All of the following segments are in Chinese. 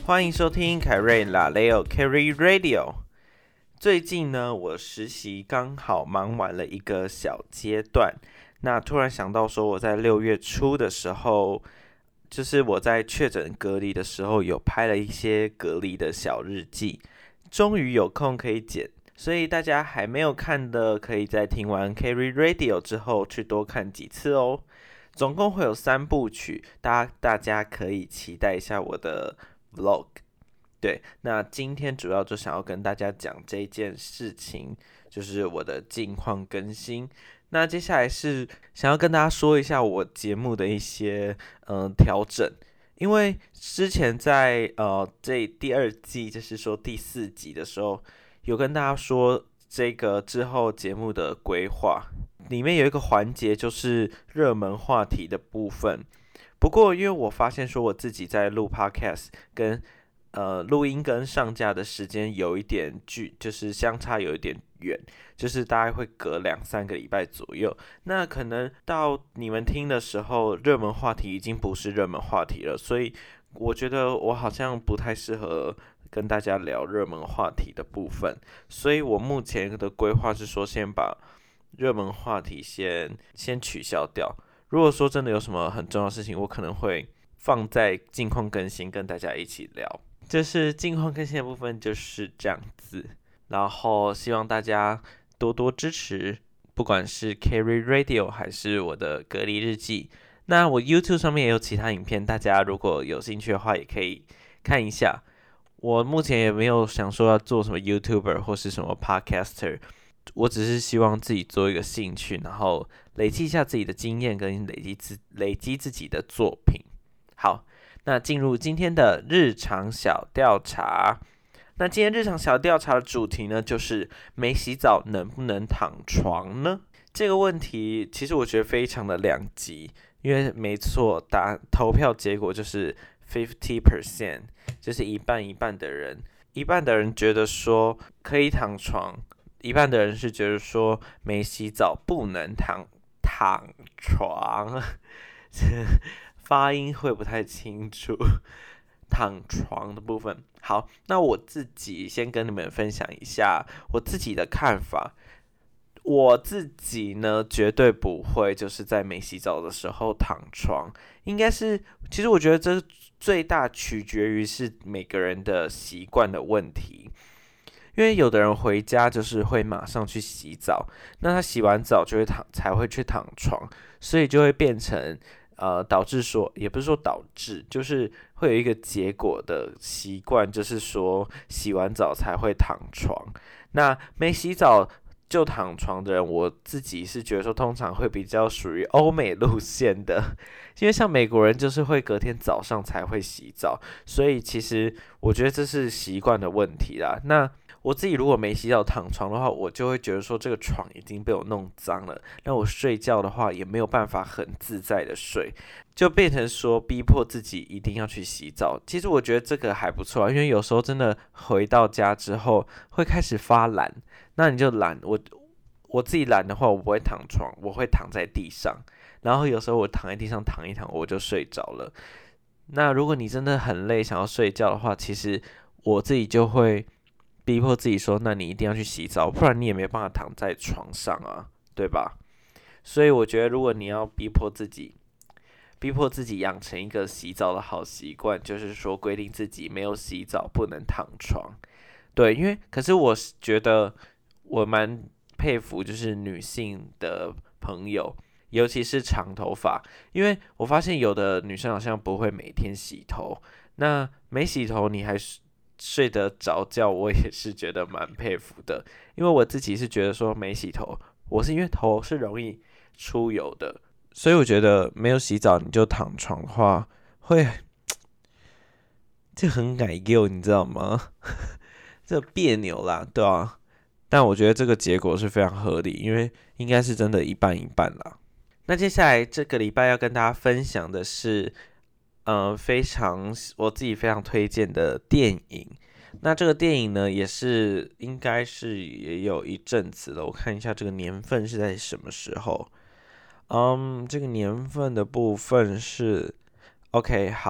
欢迎收听凯瑞拉雷欧 Carry Radio。最近呢，我实习刚好忙完了一个小阶段，那突然想到说，我在6月初的时候，就是我在确诊隔离的时候，有拍了一些隔离的小日记，终于有空可以剪，所以大家还没有看的，可以在听完 Carry Radio 之后去多看几次哦。总共会有3部曲，大家可以期待一下我的 Vlog。对，那今天主要就想要跟大家讲这件事情，就是我的近况更新。那接下来是想要跟大家说一下我节目的一些调整，因为之前在这第2季，就是说第4集的时候，有跟大家说这个之后节目的规划，里面有一个环节就是热门话题的部分。不过因为我发现说我自己在录 Podcast 跟录音跟上架的时间有一点就是相差有一点远，就是大概会隔2-3个礼拜左右。那可能到你们听的时候，热门话题已经不是热门话题了，所以我觉得我好像不太适合跟大家聊热门话题的部分。所以我目前的规划是说，先把热门话题先取消掉。如果说真的有什么很重要的事情，我可能会放在近况更新跟大家一起聊。就是近况更新的部分就是这样子，然后希望大家多多支持，不管是 Carry Radio 还是我的隔离日记。那我 YouTube 上面也有其他影片，大家如果有兴趣的话，也可以看一下。我目前也没有想说要做什么 YouTuber 或是什么 Podcaster， 我只是希望自己做一个兴趣，然后累积一下自己的经验跟累积自己的作品。好。那进入今天的日常小调查。那今天日常小调查的主题呢，就是没洗澡能不能躺床呢？这个问题其实我觉得非常的两极，因为没错，投票结果就是50%，就是一半一半的人，一半的人觉得说可以躺床，一半的人是觉得说没洗澡不能躺床。发音会不太清楚，躺床的部分。好，那我自己先跟你们分享一下我自己的看法。我自己呢，绝对不会就是在没洗澡的时候躺床，应该是，其实我觉得这最大取决于是每个人的习惯的问题。因为有的人回家就是会马上去洗澡，那他洗完澡就会才会去躺床，所以就会变成导致说，也不是说导致，就是会有一个结果的习惯，就是说洗完澡才会躺床。那没洗澡就躺床的人，我自己是觉得说，通常会比较属于欧美路线的，因为像美国人就是会隔天早上才会洗澡，所以其实我觉得这是习惯的问题啦。那我自己如果没洗澡躺床的话，我就会觉得说这个床已经被我弄脏了，那我睡觉的话也没有办法很自在的睡，就变成说逼迫自己一定要去洗澡。其实我觉得这个还不错啊，因为有时候真的回到家之后会开始发懒，那你就懒，我自己懒的话，我不会躺床，我会躺在地上，然后有时候我躺在地上躺一躺，我就睡着了。那如果你真的很累想要睡觉的话，其实我自己就会逼迫自己说，那你一定要去洗澡，不然你也没办法躺在床上啊，对吧？所以我觉得，如果你要逼迫自己养成一个洗澡的好习惯，就是说规定自己没有洗澡不能躺床。对，因为可是我觉得我蛮佩服就是女性的朋友，尤其是长头发，因为我发现有的女生好像不会每天洗头，那没洗头你还睡得着觉，我也是觉得蛮佩服的。因为我自己是觉得说没洗头，我是因为头是容易出油的，所以我觉得没有洗澡你就躺床的话，会这很改丢，你知道吗？这别扭啦，对啊。但我觉得这个结果是非常合理，因为应该是真的一半一半啦。那接下来这个礼拜要跟大家分享的是，我自己非常推荐的电影。那这个电影呢，应该是也有一阵子了。我看一下这个年份是在什么时候。这个年份的部分是 OK 好。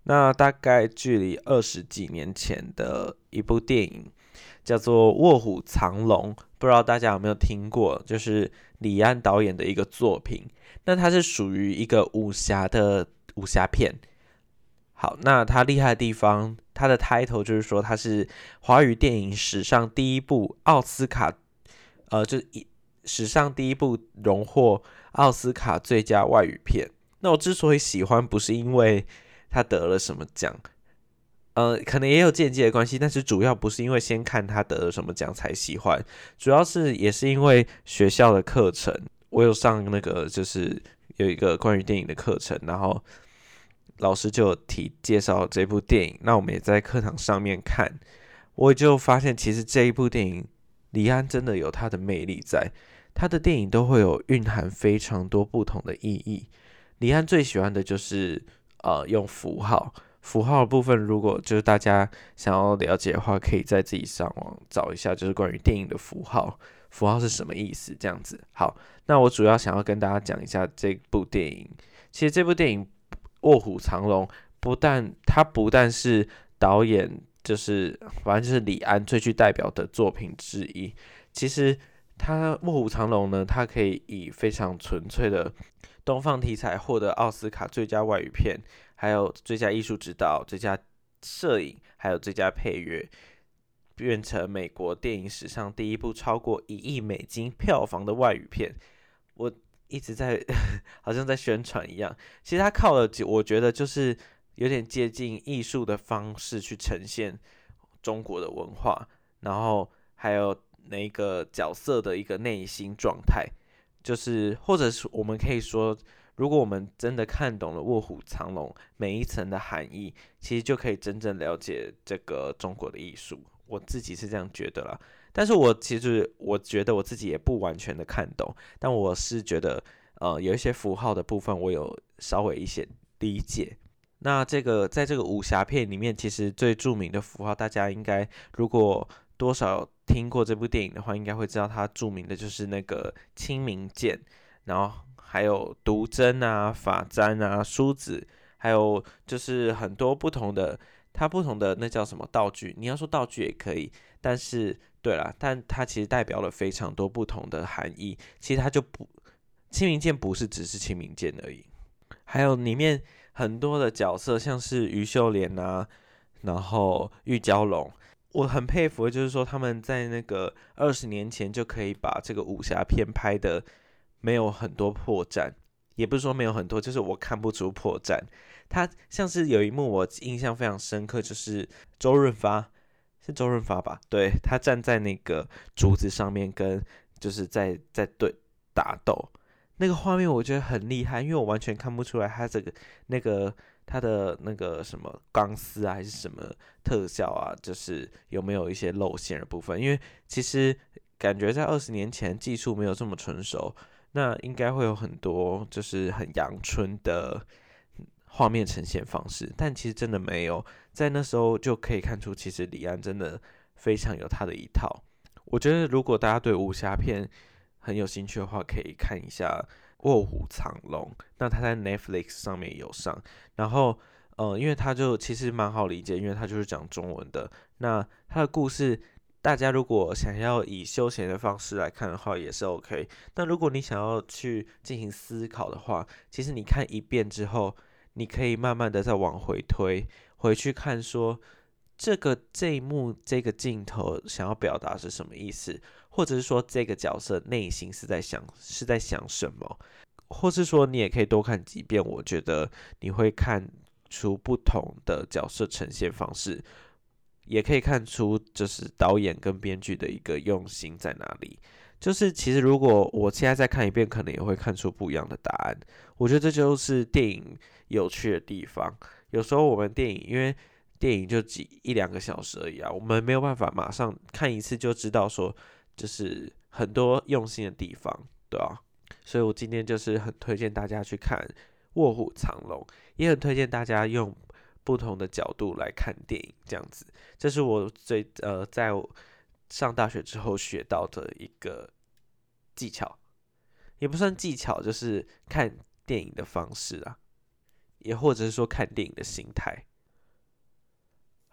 那大概距离20几年前的一部电影，叫做《卧虎藏龙》，不知道大家有没有听过？就是李安导演的一个作品。那它是属于一个武侠的武侠片。好，那它厉害的地方，它的 title 就是说它是华语电影史上第一部奥斯卡，就是史上第一部荣获奥斯卡最佳外语片。那我之所以喜欢，不是因为他得了什么奖，可能也有间接的关系，但是主要不是因为先看他得了什么奖才喜欢，主要是也是因为学校的课程，我有上那个就是有一个关于电影的课程，然后老师就有介绍这部电影，那我们也在课堂上面看，我就发现其实这一部电影李安真的有他的魅力在，他的电影都会有蕴含非常多不同的意义。李安最喜欢的就是用符号。符号的部分，如果就是大家想要了解的话，可以在自己上网找一下，就是关于电影的符号，符号是什么意思，这样子。好，那我主要想要跟大家讲一下这部电影。其实这部电影《卧虎藏龙》不但是导演，就是反正就是李安最具代表的作品之一。其实他《卧虎藏龙》呢，它可以以非常纯粹的东方题材获得奥斯卡最佳外语片，还有最佳艺术指导、最佳摄影，还有最佳配乐，变成美国电影史上第一部超过1亿美金票房的外语片。我一直在好像在宣传一样，其实他靠了，我觉得就是有点接近艺术的方式去呈现中国的文化，然后还有那个角色的一个内心状态，就是或者是我们可以说，如果我们真的看懂了《卧虎藏龙》每一层的含义，其实就可以真正了解这个中国的艺术。我自己是这样觉得啦，但是其实我觉得我自己也不完全的看懂，但我是觉得，有一些符号的部分我有稍微一些理解。那在这个武侠片里面，其实最著名的符号，大家应该如果多少听过这部电影的话，应该会知道它著名的就是那个清明剑，然后还有毒针啊、法簪啊、梳子，还有就是很多不同的，它不同的那叫什么道具？你要说道具也可以，但是对啦，但它其实代表了非常多不同的含义。其实它就不，清明剑不是只是清明剑而已，还有里面很多的角色，像是于秀莲啊，然后玉娇龙。我很佩服的就是说，他们在那个20年前就可以把这个武侠片拍的没有很多破绽，也不是说没有很多，就是我看不出破绽。他像是有一幕我印象非常深刻，就是周润发，是周润发吧？对，他站在那个竹子上面跟就是在对打斗，那个画面我觉得很厉害，因为我完全看不出来他这个那个他的那个什么钢丝啊，还是什么特效啊，就是有没有一些露馅的部分？因为其实感觉在20年前技术没有这么成熟，那应该会有很多就是很阳春的画面呈现方式，但其实真的没有，在那时候就可以看出，其实李安真的非常有他的一套。我觉得如果大家对武侠片很有兴趣的话，可以看一下《卧虎藏龙》，那它在 Netflix 上面有上。然后，因为它就其实蛮好理解，因为它就是讲中文的。那它的故事，大家如果想要以休闲的方式来看的话，也是 OK。但如果你想要去进行思考的话，其实你看一遍之后，你可以慢慢的再往回推，回去看说这一幕这个镜头想要表达是什么意思，或者是说这个角色内心是在想什么，或是说你也可以多看几遍，我觉得你会看出不同的角色呈现方式，也可以看出就是导演跟编剧的一个用心在哪里。就是其实如果我现在再看一遍，可能也会看出不一样的答案。我觉得这就是电影有趣的地方。有时候我们电影因为电影就一两个小时而已啊，我们没有办法马上看一次就知道说，就是很多用心的地方，对啊。所以我今天就是很推荐大家去看《卧虎藏龙》，也很推荐大家用不同的角度来看电影，这样子。这是我在我上大学之后学到的一个技巧，也不算技巧，就是看电影的方式啊，也或者是说看电影的心态。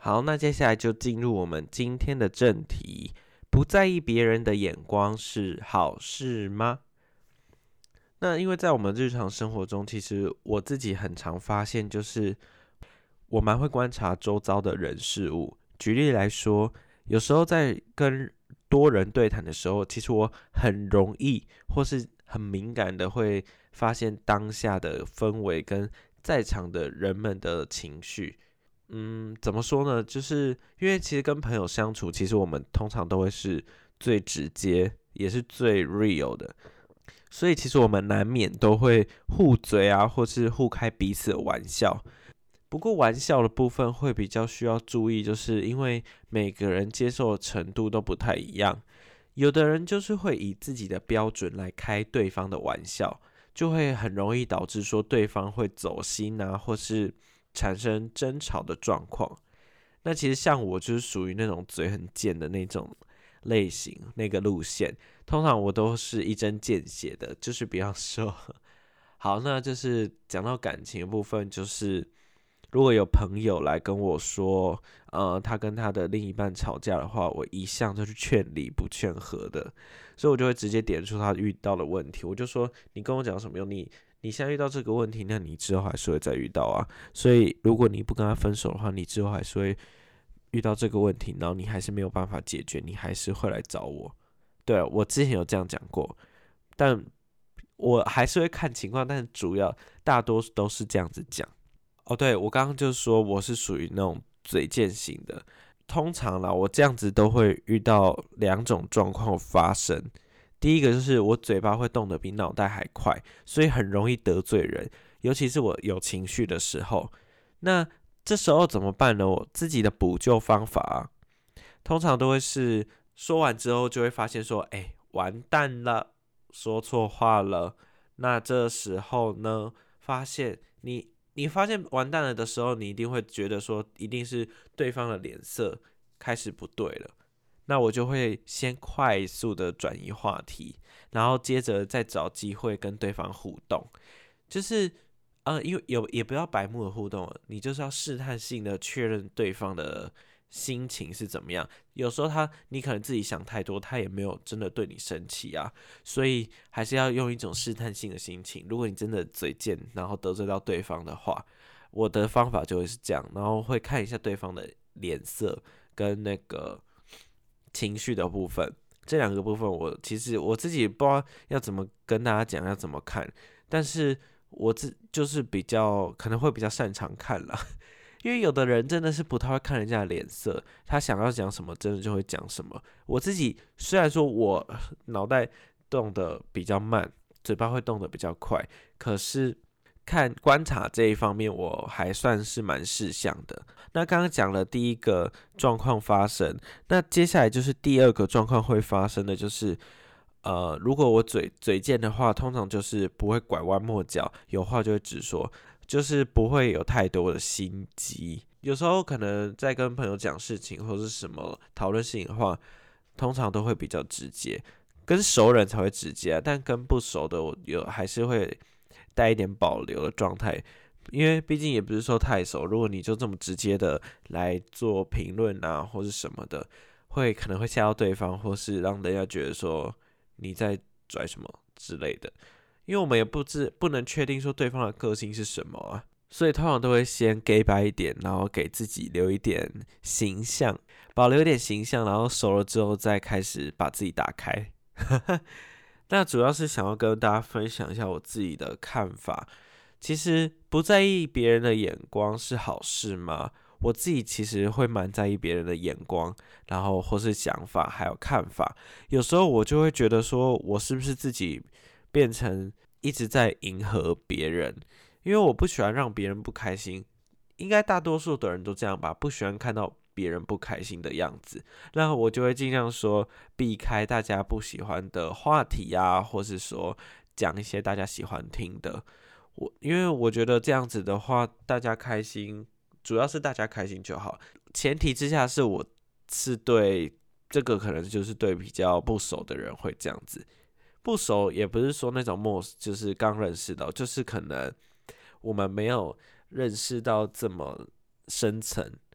好，那接下来就进入我们今天的正题。不在意别人的眼光是好事吗？那因为在我们日常生活中，其实我自己很常发现，就是我蛮会观察周遭的人事物。举例来说，有时候在跟多人对谈的时候，其实我很容易或是很敏感的会发现当下的氛围跟在场的人们的情绪。怎么说呢？就是因为其实跟朋友相处，其实我们通常都会是最直接，也是最 real 的，所以其实我们难免都会互嘴啊，或是互开彼此的玩笑。不过玩笑的部分会比较需要注意，就是因为每个人接受的程度都不太一样，有的人就是会以自己的标准来开对方的玩笑，就会很容易导致说对方会走心啊，或是产生争吵的状况。那其实像我就是属于那种嘴很贱的那种类型，那个路线，通常我都是一针见血的，就是比方说，好，那就是讲到感情的部分，就是如果有朋友来跟我说，他跟他的另一半吵架的话，我一向就是劝离不劝和的，所以我就会直接点出他遇到的问题，我就说你跟我讲什么用？你现在遇到这个问题，那你之后还是会再遇到啊。所以如果你不跟他分手的话，你之后还是会遇到这个问题，然后你还是没有办法解决，你还是会来找我。对啊，我之前有这样讲过，但我还是会看情况，但是大多都是这样子讲。哦，对，我刚刚就说我是属于那种嘴贱型的，通常啦，我这样子都会遇到两种状况发生。第一个就是我嘴巴会动得比脑袋还快，所以很容易得罪人，尤其是我有情绪的时候。那这时候怎么办呢？我自己的补救方法啊，通常都会是说完之后就会发现说，完蛋了，说错话了。那这时候呢，你发现完蛋了的时候，你一定会觉得说，一定是对方的脸色开始不对了。那我就会先快速的转移话题，然后接着再找机会跟对方互动，就是因为也不要白目的互动，你就是要试探性的确认对方的心情是怎么样。有时候你可能自己想太多，他也没有真的对你生气啊，所以还是要用一种试探性的心情。如果你真的嘴贱，然后得罪到对方的话，我的方法就会是这样，然后会看一下对方的脸色跟那个情绪的部分。这两个部分其实我自己不知道要怎么跟大家讲，要怎么看，但是就是可能会比较擅长看啦，因为有的人真的是不太会看人家的脸色，他想要讲什么，真的就会讲什么。我自己虽然说我脑袋动得比较慢，嘴巴会动得比较快，可是观察这一方面，我还算是蛮识相的。那刚刚讲了第一个状况发生，那接下来就是第二个状况会发生的，就是如果我嘴贱的话，通常就是不会拐弯抹角，有话就会直说，就是不会有太多的心机。有时候可能在跟朋友讲事情或是什么讨论事情的话，通常都会比较直接，跟熟人才会直接啊，但跟不熟的我还是会带一点保留的状态，因为毕竟也不是说太熟，如果你就这么直接的来做评论啊或是什么的，可能会吓到对方，或是让人家觉得说你在拽什么之类的，因为我们也不能确定说对方的个性是什么啊，所以通常都会先给白一点，然后给自己留一点形象，保留一点形象，然后熟了之后再开始把自己打开。那主要是想要跟大家分享一下我自己的看法。其实不在意别人的眼光是好事吗？我自己其实会蛮在意别人的眼光，然后或是想法还有看法。有时候我就会觉得说，我是不是自己变成一直在迎合别人？因为我不喜欢让别人不开心，应该大多数的人都这样吧，不喜欢看到别人不开心的样子，然后我就会尽量说避开大家不喜欢的话题啊，或是说讲一些大家喜欢听的。因为我觉得这样子的话，大家开心，主要是大家开心就好。前提之下我是对这个可能就是对比较不熟的人会这样子，不熟也不是说那种就是刚认识到，就是可能我们没有认识到这么深层，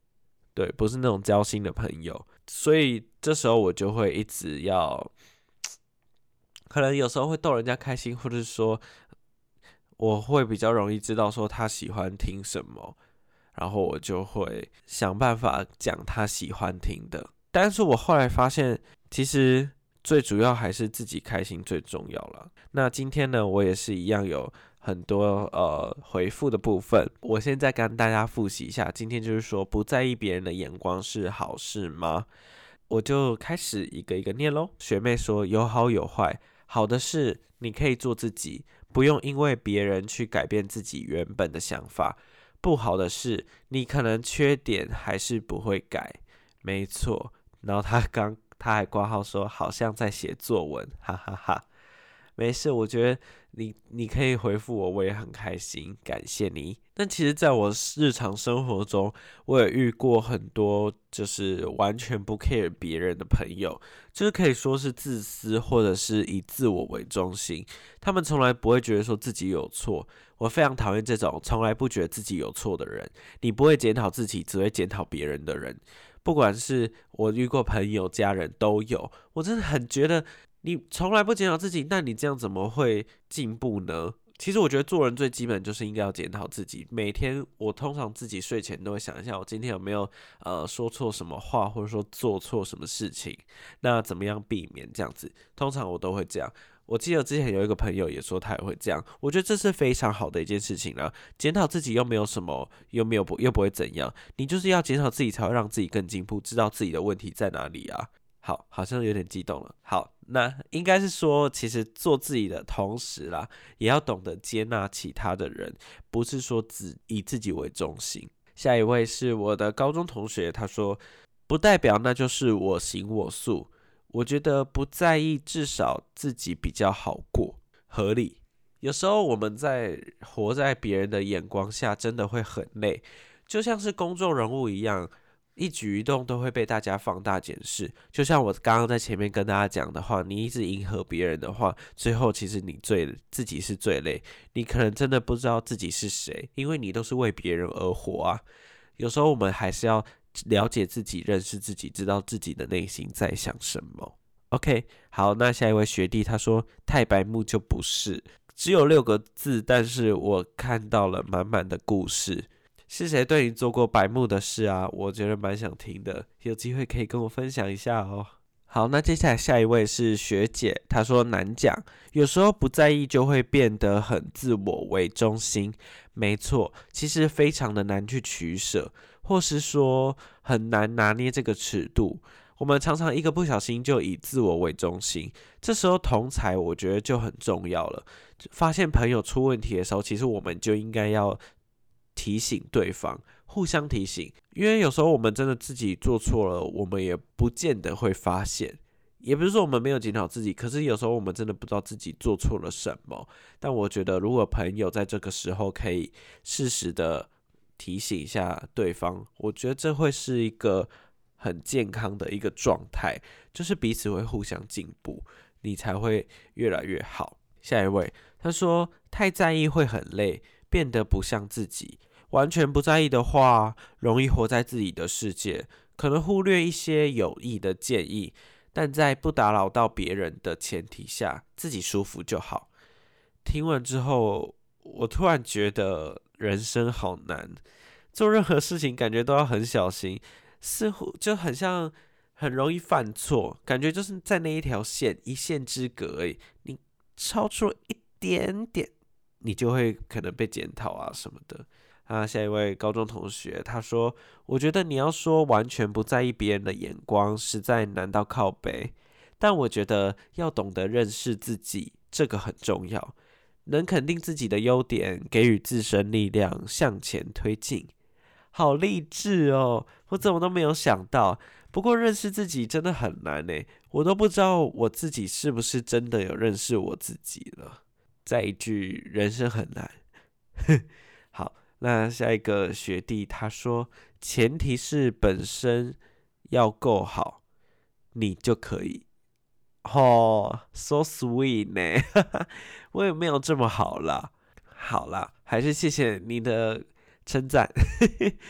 对，不是那种交心的朋友。所以这时候我就会一直要，可能有时候会逗人家开心，或者是说我会比较容易知道说他喜欢听什么，然后我就会想办法讲他喜欢听的。但是我后来发现，其实最主要还是自己开心最重要了。那今天呢，我也是一样有很多回复的部分，我现在跟大家复习一下。今天就是说，不在意别人的眼光是好事吗？我就开始一个一个念咯。学妹说有好有坏，好的是你可以做自己，不用因为别人去改变自己原本的想法。不好的是你可能缺点还是不会改，没错。然后他还挂号说好像在写作文，哈哈哈。没事，我觉得你可以回复我，我也很开心，感谢你。但其实，在我日常生活中，我也遇过很多就是完全不 care 别人的朋友，就是可以说是自私，或者是以自我为中心。他们从来不会觉得说自己有错。我非常讨厌这种从来不觉得自己有错的人。你不会检讨自己，只会检讨别人的人。不管是我遇过朋友、家人都有，我真的很觉得你从来不检讨自己，那你这样怎么会进步呢？其实我觉得做人最基本就是应该要检讨自己。每天我通常自己睡前都会想一下，我今天有没有说错什么话，或者说做错什么事情，那怎么样避免这样子？通常我都会这样。我记得之前有一个朋友也说他也会这样，我觉得这是非常好的一件事情啦。检讨自己又没有什么，又不会怎样，你就是要检讨自己才会让自己更进步，知道自己的问题在哪里啊。好像有点激动了。好，那应该是说，其实做自己的同时啦，也要懂得接纳其他的人，不是说只以自己为中心。下一位是我的高中同学，他说，不代表那就是我行我素。我觉得不在意，至少自己比较好过，合理。有时候我们在活在别人的眼光下，真的会很累，就像是公众人物一样。一举一动都会被大家放大检视，就像我刚刚在前面跟大家讲的话，你一直迎合别人的话，最后其实自己是最累，你可能真的不知道自己是谁，因为你都是为别人而活啊。有时候我们还是要了解自己，认识自己，知道自己的内心在想什么。OK， 好，那下一位学弟他说太白目就不是，只有6个字，但是我看到了满满的故事。是谁对你做过白目的事啊？我觉得蛮想听的，有机会可以跟我分享一下哦。好，那接下来下一位是学姐，她说难讲，有时候不在意就会变得很自我为中心。没错，其实非常的难去取舍，或是说很难拿捏这个尺度。我们常常一个不小心就以自我为中心，这时候同侪我觉得就很重要了。发现朋友出问题的时候，其实我们就应该要提醒对方，互相提醒，因为有时候我们真的自己做错了，我们也不见得会发现。也不是说我们没有检讨自己，可是有时候我们真的不知道自己做错了什么。但我觉得，如果朋友在这个时候可以适时的提醒一下对方，我觉得这会是一个很健康的一个状态，就是彼此会互相进步，你才会越来越好。下一位，他说太在意会很累，变得不像自己。完全不在意的话，容易活在自己的世界，可能忽略一些有益的建议，但在不打扰到别人的前提下，自己舒服就好。听完之后，我突然觉得人生好难，做任何事情感觉都要很小心，似乎就很像很容易犯错，感觉就是在那一条线，一线之隔而已，你超出了一点点，你就会可能被检讨啊什么的。下一位高中同学他说，我觉得你要说完全不在意别人的眼光，实在难到靠北。但我觉得要懂得认识自己，这个很重要。能肯定自己的优点，给予自身力量，向前推进。好励志哦！我怎么都没有想到。不过认识自己真的很难耶，我都不知道我自己是不是真的有认识我自己了。再一句，人生很难。好。那下一个学弟他说，前提是本身要够好，你就可以。so sweet 呢，我也没有这么好啦。好啦，还是谢谢你的称赞。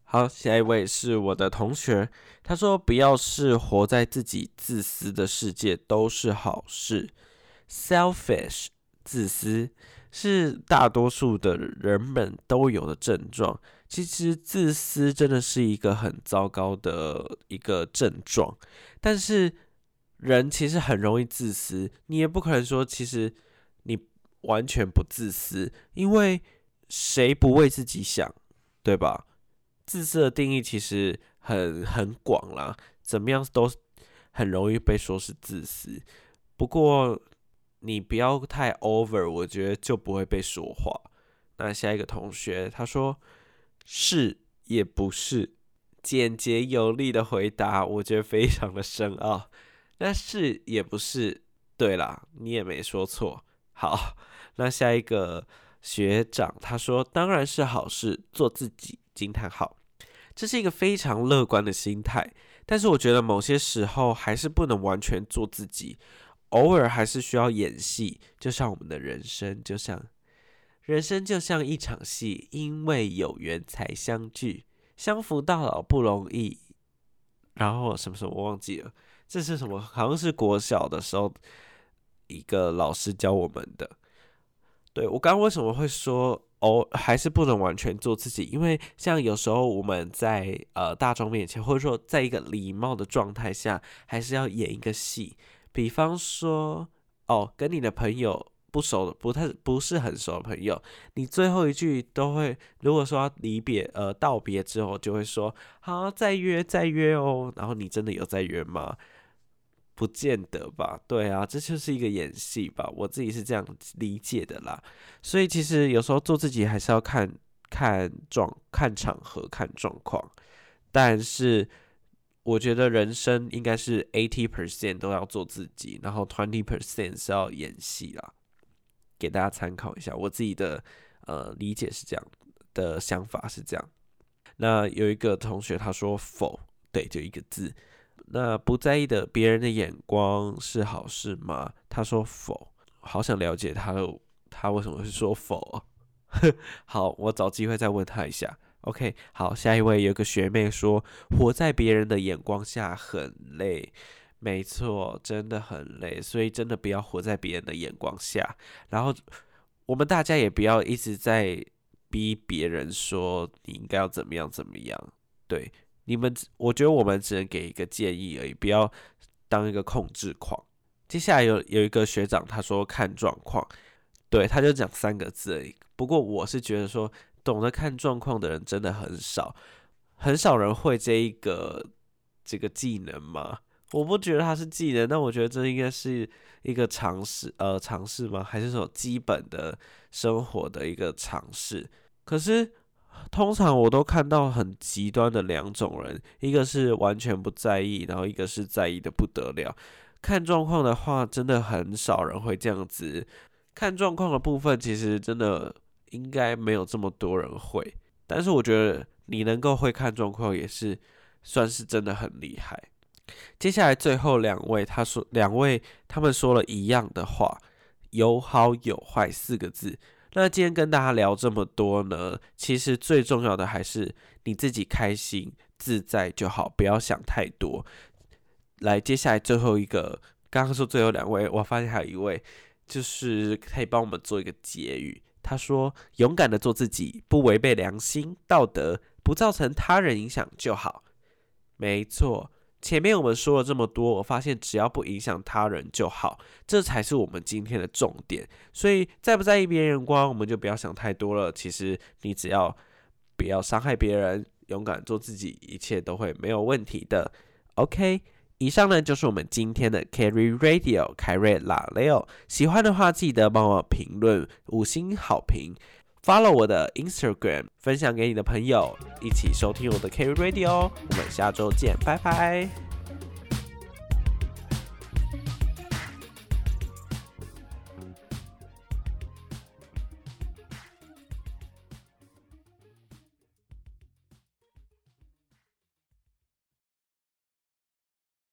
好，下一位是我的同学，他说不要是活在自己自私的世界都是好事。Selfish 自私是大多数的人们都有的症状。其实自私真的是一个很糟糕的一个症状，但是人其实很容易自私，你也不可能说其实你完全不自私，因为谁不为自己想，对吧？自私的定义其实很广啦，怎么样都很容易被说是自私。不过你不要太 over， 我觉得就不会被说话。那下一个同学他说是也不是，简洁有力的回答，我觉得非常的深奥。那是也不是，对啦，你也没说错。好，那下一个学长他说当然是好事，做自己！惊叹号！这是一个非常乐观的心态，但是我觉得某些时候还是不能完全做自己，偶尔还是需要演戏，就像我们的人生，人生就像一场戏，因为有缘才相聚，相扶到老不容易。然后什么什么我忘记了，这是什么？好像是国小的时候一个老师教我们的。对，我刚刚为什么会说还是不能完全做自己？因为像有时候我们在大众面前，或者说在一个礼貌的状态下，还是要演一个戏。比方说，跟你的朋友不熟的，不是很熟的朋友，你最后一句都会，如果说要道别之后，就会说好再约再约哦。然后你真的有在约吗？不见得吧，对啊，这就是一个演戏吧，我自己是这样理解的啦。所以其实有时候做自己还是要看场合、看状况。但是我觉得人生应该是80% 都要做自己，然后20% 是要演戏啦。给大家参考一下，我自己的理解是这样的，想法是这样。那有一个同学他说否，对，就一个字。那不在意的别人的眼光是好事吗？他说否，好想了解他为什么会说否啊？好，我找机会再问他一下。OK， 好，下一位有个学妹说，活在别人的眼光下很累。没错，真的很累，所以真的不要活在别人的眼光下。然后我们大家也不要一直在逼别人说你应该要怎么样怎么样。对。我觉得我们只能给一个建议而已，不要当一个控制狂。接下来有一个学长他说看状况，对，他就讲3个字而已。不过我是觉得说，懂得看状况的人真的很少，很少人会这个技能嘛。我不觉得它是技能，但我觉得这应该是一个尝试吗？还是说基本的生活的一个尝试？可是通常我都看到很极端的2种人，一个是完全不在意，然后一个是在意的不得了。看状况的话，真的很少人会这样子。看状况的部分，其实真的应该没有这么多人会。但是我觉得你能够会看状况，也是算是真的很厉害。接下来最后2位，他们说了一样的话，有好有坏4个字。那今天跟大家聊这么多呢，其实最重要的还是你自己开心自在就好，不要想太多。来，接下来最后一个，刚刚说最后2位，我发现还有一位，就是可以帮我们做一个结语。他说：勇敢的做自己，不违背良心、道德，不造成他人影响就好。没错。前面我们说了这么多，我发现只要不影响他人就好，这才是我们今天的重点。所以在不在意别人眼光，我们就不要想太多了。其实你只要不要伤害别人，勇敢做自己，一切都会没有问题的。OK， 以上呢就是我们今天的 Carry Radio 凯瑞拉雷欧。喜欢的话记得帮我评论5星好评。follow 我的 Instagram， 分享给你的朋友，一起收听我的 Carry Radio。我们下周见，拜拜。